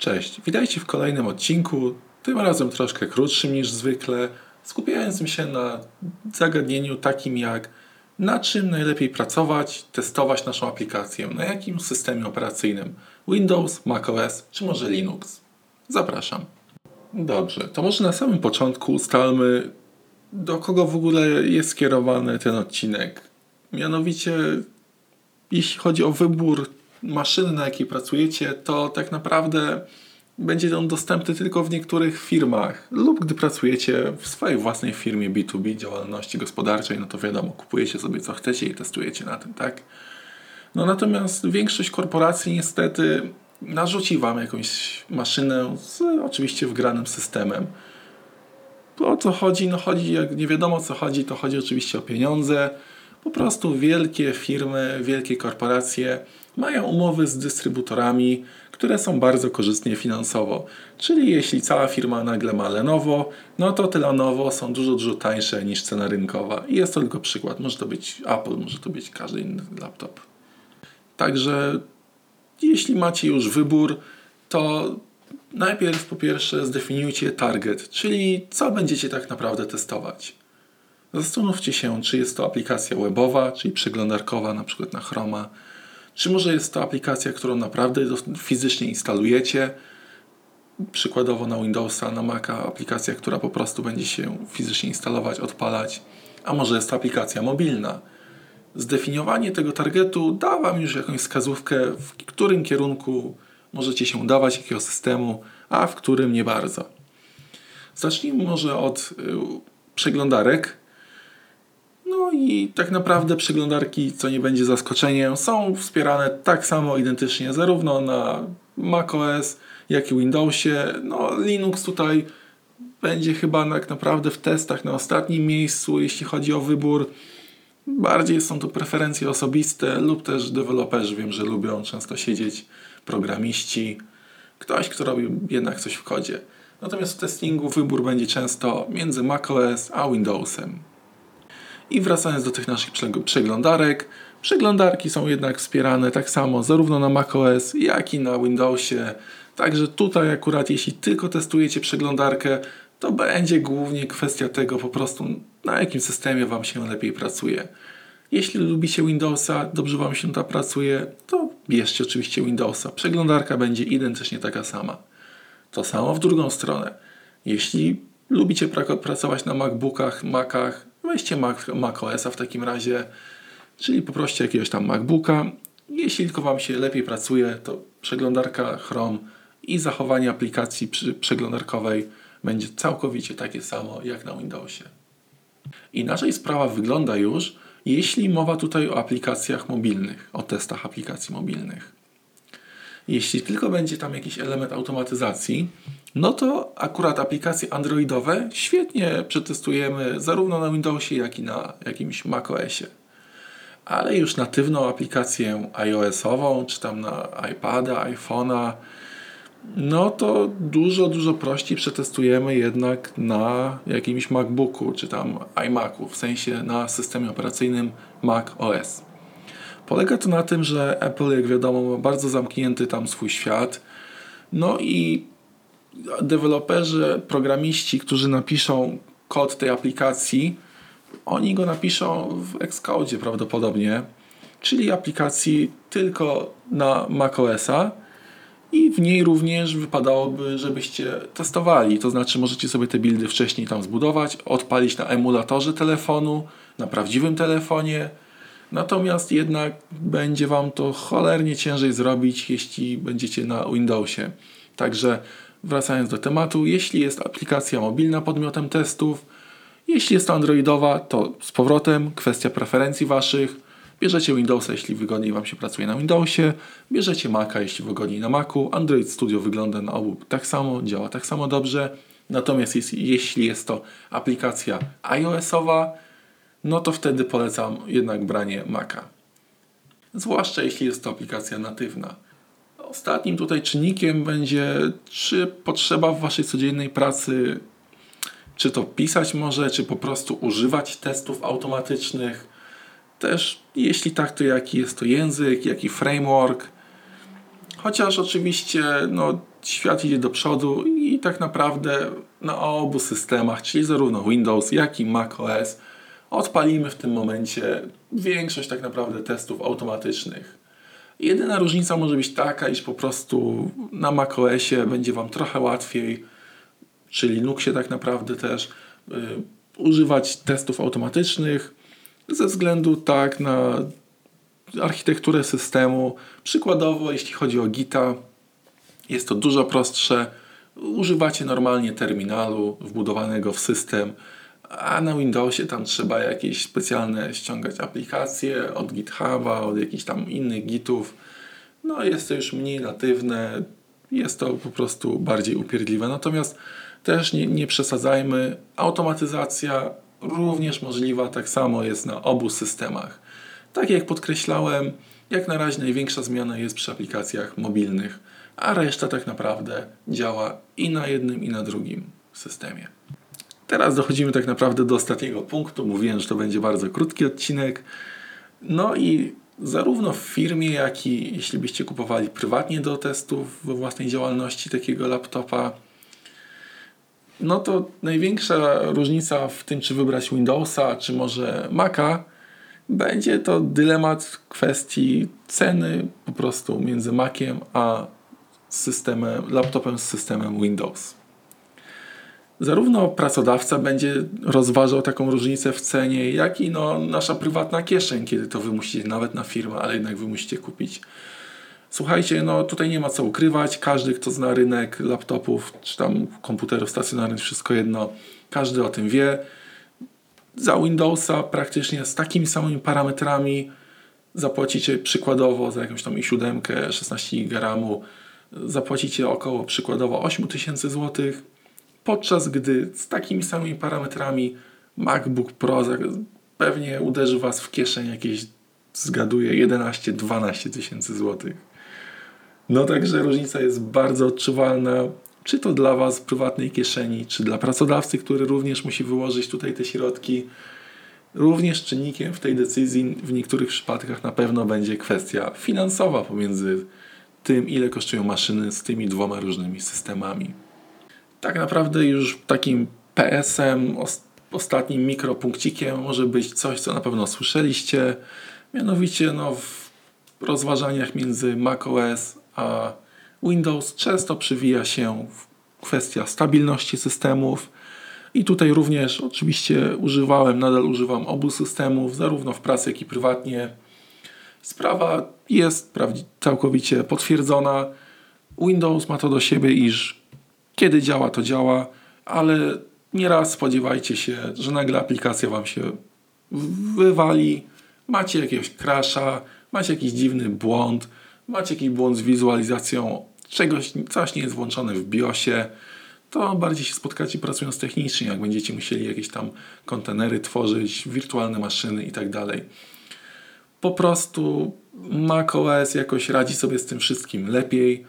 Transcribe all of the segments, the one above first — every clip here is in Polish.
Cześć, witajcie w kolejnym odcinku, tym razem troszkę krótszym niż zwykle, skupiającym się na zagadnieniu takim jak na czym najlepiej pracować, testować naszą aplikację, na jakim systemie operacyjnym Windows, macOS czy może Linux. Zapraszam. Dobrze, to może na samym początku ustalmy, do kogo w ogóle jest skierowany ten odcinek. Mianowicie, jeśli chodzi o wybór maszyny, na jakiej pracujecie, to tak naprawdę będzie on dostępny tylko w niektórych firmach lub gdy pracujecie w swojej własnej firmie B2B, działalności gospodarczej, no to wiadomo, kupujecie sobie co chcecie i testujecie na tym, tak? No natomiast większość korporacji niestety narzuci Wam jakąś maszynę z oczywiście wgranym systemem. O co chodzi? No chodzi, jak nie wiadomo o co chodzi, to chodzi oczywiście o pieniądze. Po prostu wielkie firmy, wielkie korporacje mają umowy z dystrybutorami, które są bardzo korzystnie finansowo. Czyli jeśli cała firma nagle ma Lenovo, no to te Lenovo są dużo tańsze niż cena rynkowa. I jest to tylko przykład. Może to być Apple, może to być każdy inny laptop. Także jeśli macie już wybór, to najpierw po pierwsze zdefiniujcie target, czyli co będziecie tak naprawdę testować. Zastanówcie się, czy jest to aplikacja webowa, czyli przeglądarkowa, na przykład na Chroma, czy może jest to aplikacja, którą naprawdę fizycznie instalujecie, przykładowo na Windowsa, na Maca, aplikacja, która po prostu będzie się fizycznie instalować, odpalać, a może jest to aplikacja mobilna. Zdefiniowanie tego targetu da Wam już jakąś wskazówkę, w którym kierunku możecie się udawać, jakiego systemu, a w którym nie bardzo. Zacznijmy może od przeglądarek. No i tak naprawdę przeglądarki, co nie będzie zaskoczeniem, są wspierane tak samo identycznie zarówno na macOS, jak i Windowsie. No Linux tutaj będzie chyba tak naprawdę w testach na ostatnim miejscu, jeśli chodzi o wybór. Bardziej są to preferencje osobiste lub też deweloperzy, wiem, że lubią często siedzieć, programiści, ktoś, kto robi jednak coś w kodzie. Natomiast w testingu wybór będzie często między macOS a Windowsem. I wracając do tych naszych przeglądarek, przeglądarki są jednak wspierane tak samo zarówno na macOS, jak i na Windowsie. Także tutaj akurat jeśli tylko testujecie przeglądarkę, to będzie głównie kwestia tego po prostu, na jakim systemie Wam się lepiej pracuje. Jeśli lubicie Windowsa, dobrze Wam się tam pracuje, to bierzcie oczywiście Windowsa. Przeglądarka będzie identycznie taka sama. To samo w drugą stronę. Jeśli lubicie pracować na MacBookach, Macach, weźcie macOS-a w takim razie, czyli poproście jakiegoś tam MacBooka. Jeśli tylko Wam się lepiej pracuje, to przeglądarka Chrome i zachowanie aplikacji przeglądarkowej będzie całkowicie takie samo jak na Windowsie. Inaczej sprawa wygląda już, jeśli mowa tutaj o aplikacjach mobilnych, o testach aplikacji mobilnych. Jeśli tylko będzie tam jakiś element automatyzacji, no to akurat aplikacje androidowe świetnie przetestujemy zarówno na Windowsie, jak i na jakimś macOSie. Ale już natywną aplikację iOS-ową, czy tam na iPada, iPhone'a, no to dużo prościej przetestujemy jednak na jakimś MacBooku, czy tam iMacu, w sensie na systemie operacyjnym macOS. Polega to na tym, że Apple, jak wiadomo, ma bardzo zamknięty tam swój świat. No i deweloperzy, programiści, którzy napiszą kod tej aplikacji, oni go napiszą w Xcode prawdopodobnie, czyli aplikacji tylko na macOS-a i w niej również wypadałoby, żebyście testowali. To znaczy możecie sobie te buildy wcześniej tam zbudować, odpalić na emulatorze telefonu, na prawdziwym telefonie. Natomiast jednak będzie Wam to cholernie ciężej zrobić, jeśli będziecie na Windowsie. Także wracając do tematu, jeśli jest aplikacja mobilna podmiotem testów, jeśli jest to androidowa, to z powrotem kwestia preferencji Waszych. Bierzecie Windowsa, jeśli wygodniej Wam się pracuje na Windowsie, bierzecie Maca, jeśli wygodniej na Macu. Android Studio wygląda na obu tak samo, działa tak samo dobrze. Natomiast jeśli jest to aplikacja iOS-owa, no to wtedy polecam jednak branie Maca. Zwłaszcza jeśli jest to aplikacja natywna. Ostatnim tutaj czynnikiem będzie, czy potrzeba w Waszej codziennej pracy, czy to pisać może, czy po prostu używać testów automatycznych. Też jeśli tak, to jaki jest to język, jaki framework. Chociaż oczywiście świat idzie do przodu i tak naprawdę na obu systemach, czyli zarówno Windows, jak i macOS, odpalimy w tym momencie większość tak naprawdę testów automatycznych. Jedyna różnica może być taka, iż po prostu na macOSie będzie Wam trochę łatwiej, przy Linuxie tak naprawdę też, używać testów automatycznych ze względu tak na architekturę systemu. Przykładowo, jeśli chodzi o Gita, jest to dużo prostsze. Używacie normalnie terminalu wbudowanego w system, a na Windowsie tam trzeba jakieś specjalne ściągać aplikacje od GitHuba, od jakichś tam innych gitów. Jest to już mniej natywne, jest to po prostu bardziej upierdliwe. Natomiast też nie przesadzajmy, automatyzacja również możliwa, tak samo jest na obu systemach. Tak jak podkreślałem, jak na razie największa zmiana jest przy aplikacjach mobilnych, a reszta tak naprawdę działa i na jednym, i na drugim systemie. Teraz dochodzimy tak naprawdę do ostatniego punktu. Mówiłem, że to będzie bardzo krótki odcinek. I zarówno w firmie, jak i jeśli byście kupowali prywatnie do testów we własnej działalności takiego laptopa, to największa różnica w tym, czy wybrać Windowsa, czy może Maca, będzie to dylemat kwestii ceny po prostu między Maciem a laptopem z systemem Windows. Zarówno pracodawca będzie rozważał taką różnicę w cenie, jak i nasza prywatna kieszeń, kiedy to wy musicie, nawet na firmę, ale jednak wy musicie kupić. Słuchajcie, tutaj nie ma co ukrywać. Każdy, kto zna rynek laptopów, czy tam komputerów stacjonarnych, wszystko jedno, każdy o tym wie. Za Windowsa praktycznie z takimi samymi parametrami zapłacicie przykładowo za jakąś tam i7, 16 GB RAM-u, zapłacicie około przykładowo 8000 zł, podczas gdy z takimi samymi parametrami MacBook Pro pewnie uderzy Was w kieszeń jakieś, zgaduję, 11-12 tysięcy złotych. Także różnica jest bardzo odczuwalna, czy to dla Was w prywatnej kieszeni, czy dla pracodawcy, który również musi wyłożyć tutaj te środki. Również czynnikiem w tej decyzji w niektórych przypadkach na pewno będzie kwestia finansowa pomiędzy tym, ile kosztują maszyny z tymi dwoma różnymi systemami. Tak naprawdę już takim PS-em, ostatnim mikropunkcikiem może być coś, co na pewno słyszeliście. Mianowicie w rozważaniach między macOS a Windows często przywija się kwestia stabilności systemów. I tutaj również oczywiście nadal używam obu systemów, zarówno w pracy, jak i prywatnie. Sprawa jest całkowicie potwierdzona. Windows ma to do siebie, iż kiedy działa, to działa, ale nieraz spodziewajcie się, że nagle aplikacja Wam się wywali, macie jakiegoś crasha, macie jakiś dziwny błąd, macie jakiś błąd z wizualizacją coś nie jest włączone w BIOSie, to bardziej się spotkacie pracując technicznie, jak będziecie musieli jakieś tam kontenery tworzyć, wirtualne maszyny i tak dalej. Po prostu macOS jakoś radzi sobie z tym wszystkim lepiej,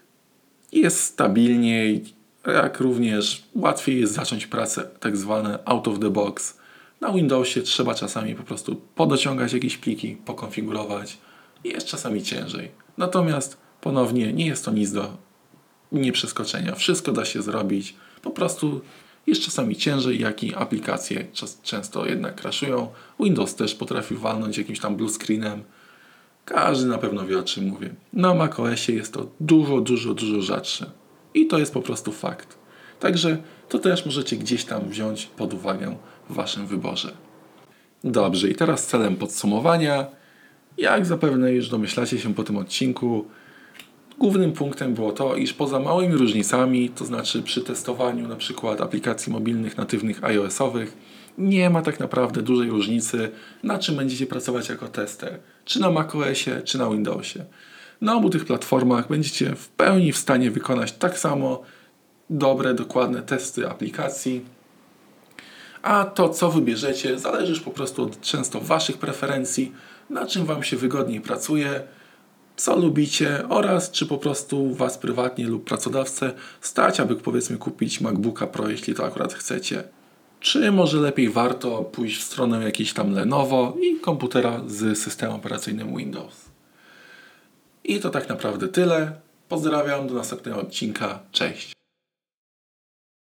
jest stabilniej, jak również łatwiej jest zacząć pracę tak zwane out of the box. Na Windowsie trzeba czasami po prostu podociągać jakieś pliki, pokonfigurować i jest czasami ciężej. Natomiast ponownie nie jest to nic do nieprzeskoczenia. Wszystko da się zrobić. Po prostu jest czasami ciężej, jak i aplikacje często jednak crashują. Windows też potrafi walnąć jakimś tam blue screenem. Każdy na pewno wie, o czym mówię. Na macOSie jest to dużo rzadsze. I to jest po prostu fakt. Także to też możecie gdzieś tam wziąć pod uwagę w Waszym wyborze. Dobrze, i teraz celem podsumowania. Jak zapewne już domyślacie się po tym odcinku, głównym punktem było to, iż poza małymi różnicami, to znaczy przy testowaniu na przykład aplikacji mobilnych natywnych iOS-owych, nie ma tak naprawdę dużej różnicy, na czym będziecie pracować jako tester. Czy na macOSie, czy na Windowsie. Na obu tych platformach będziecie w pełni w stanie wykonać tak samo dobre, dokładne testy aplikacji. A to, co wybierzecie, zależy już po prostu od często Waszych preferencji, na czym Wam się wygodniej pracuje, co lubicie oraz czy po prostu Was prywatnie lub pracodawcę stać, aby powiedzmy kupić MacBooka Pro, jeśli to akurat chcecie. Czy może lepiej warto pójść w stronę jakiejś tam Lenovo i komputera z systemem operacyjnym Windows. I to tak naprawdę tyle. Pozdrawiam, do następnego odcinka. Cześć!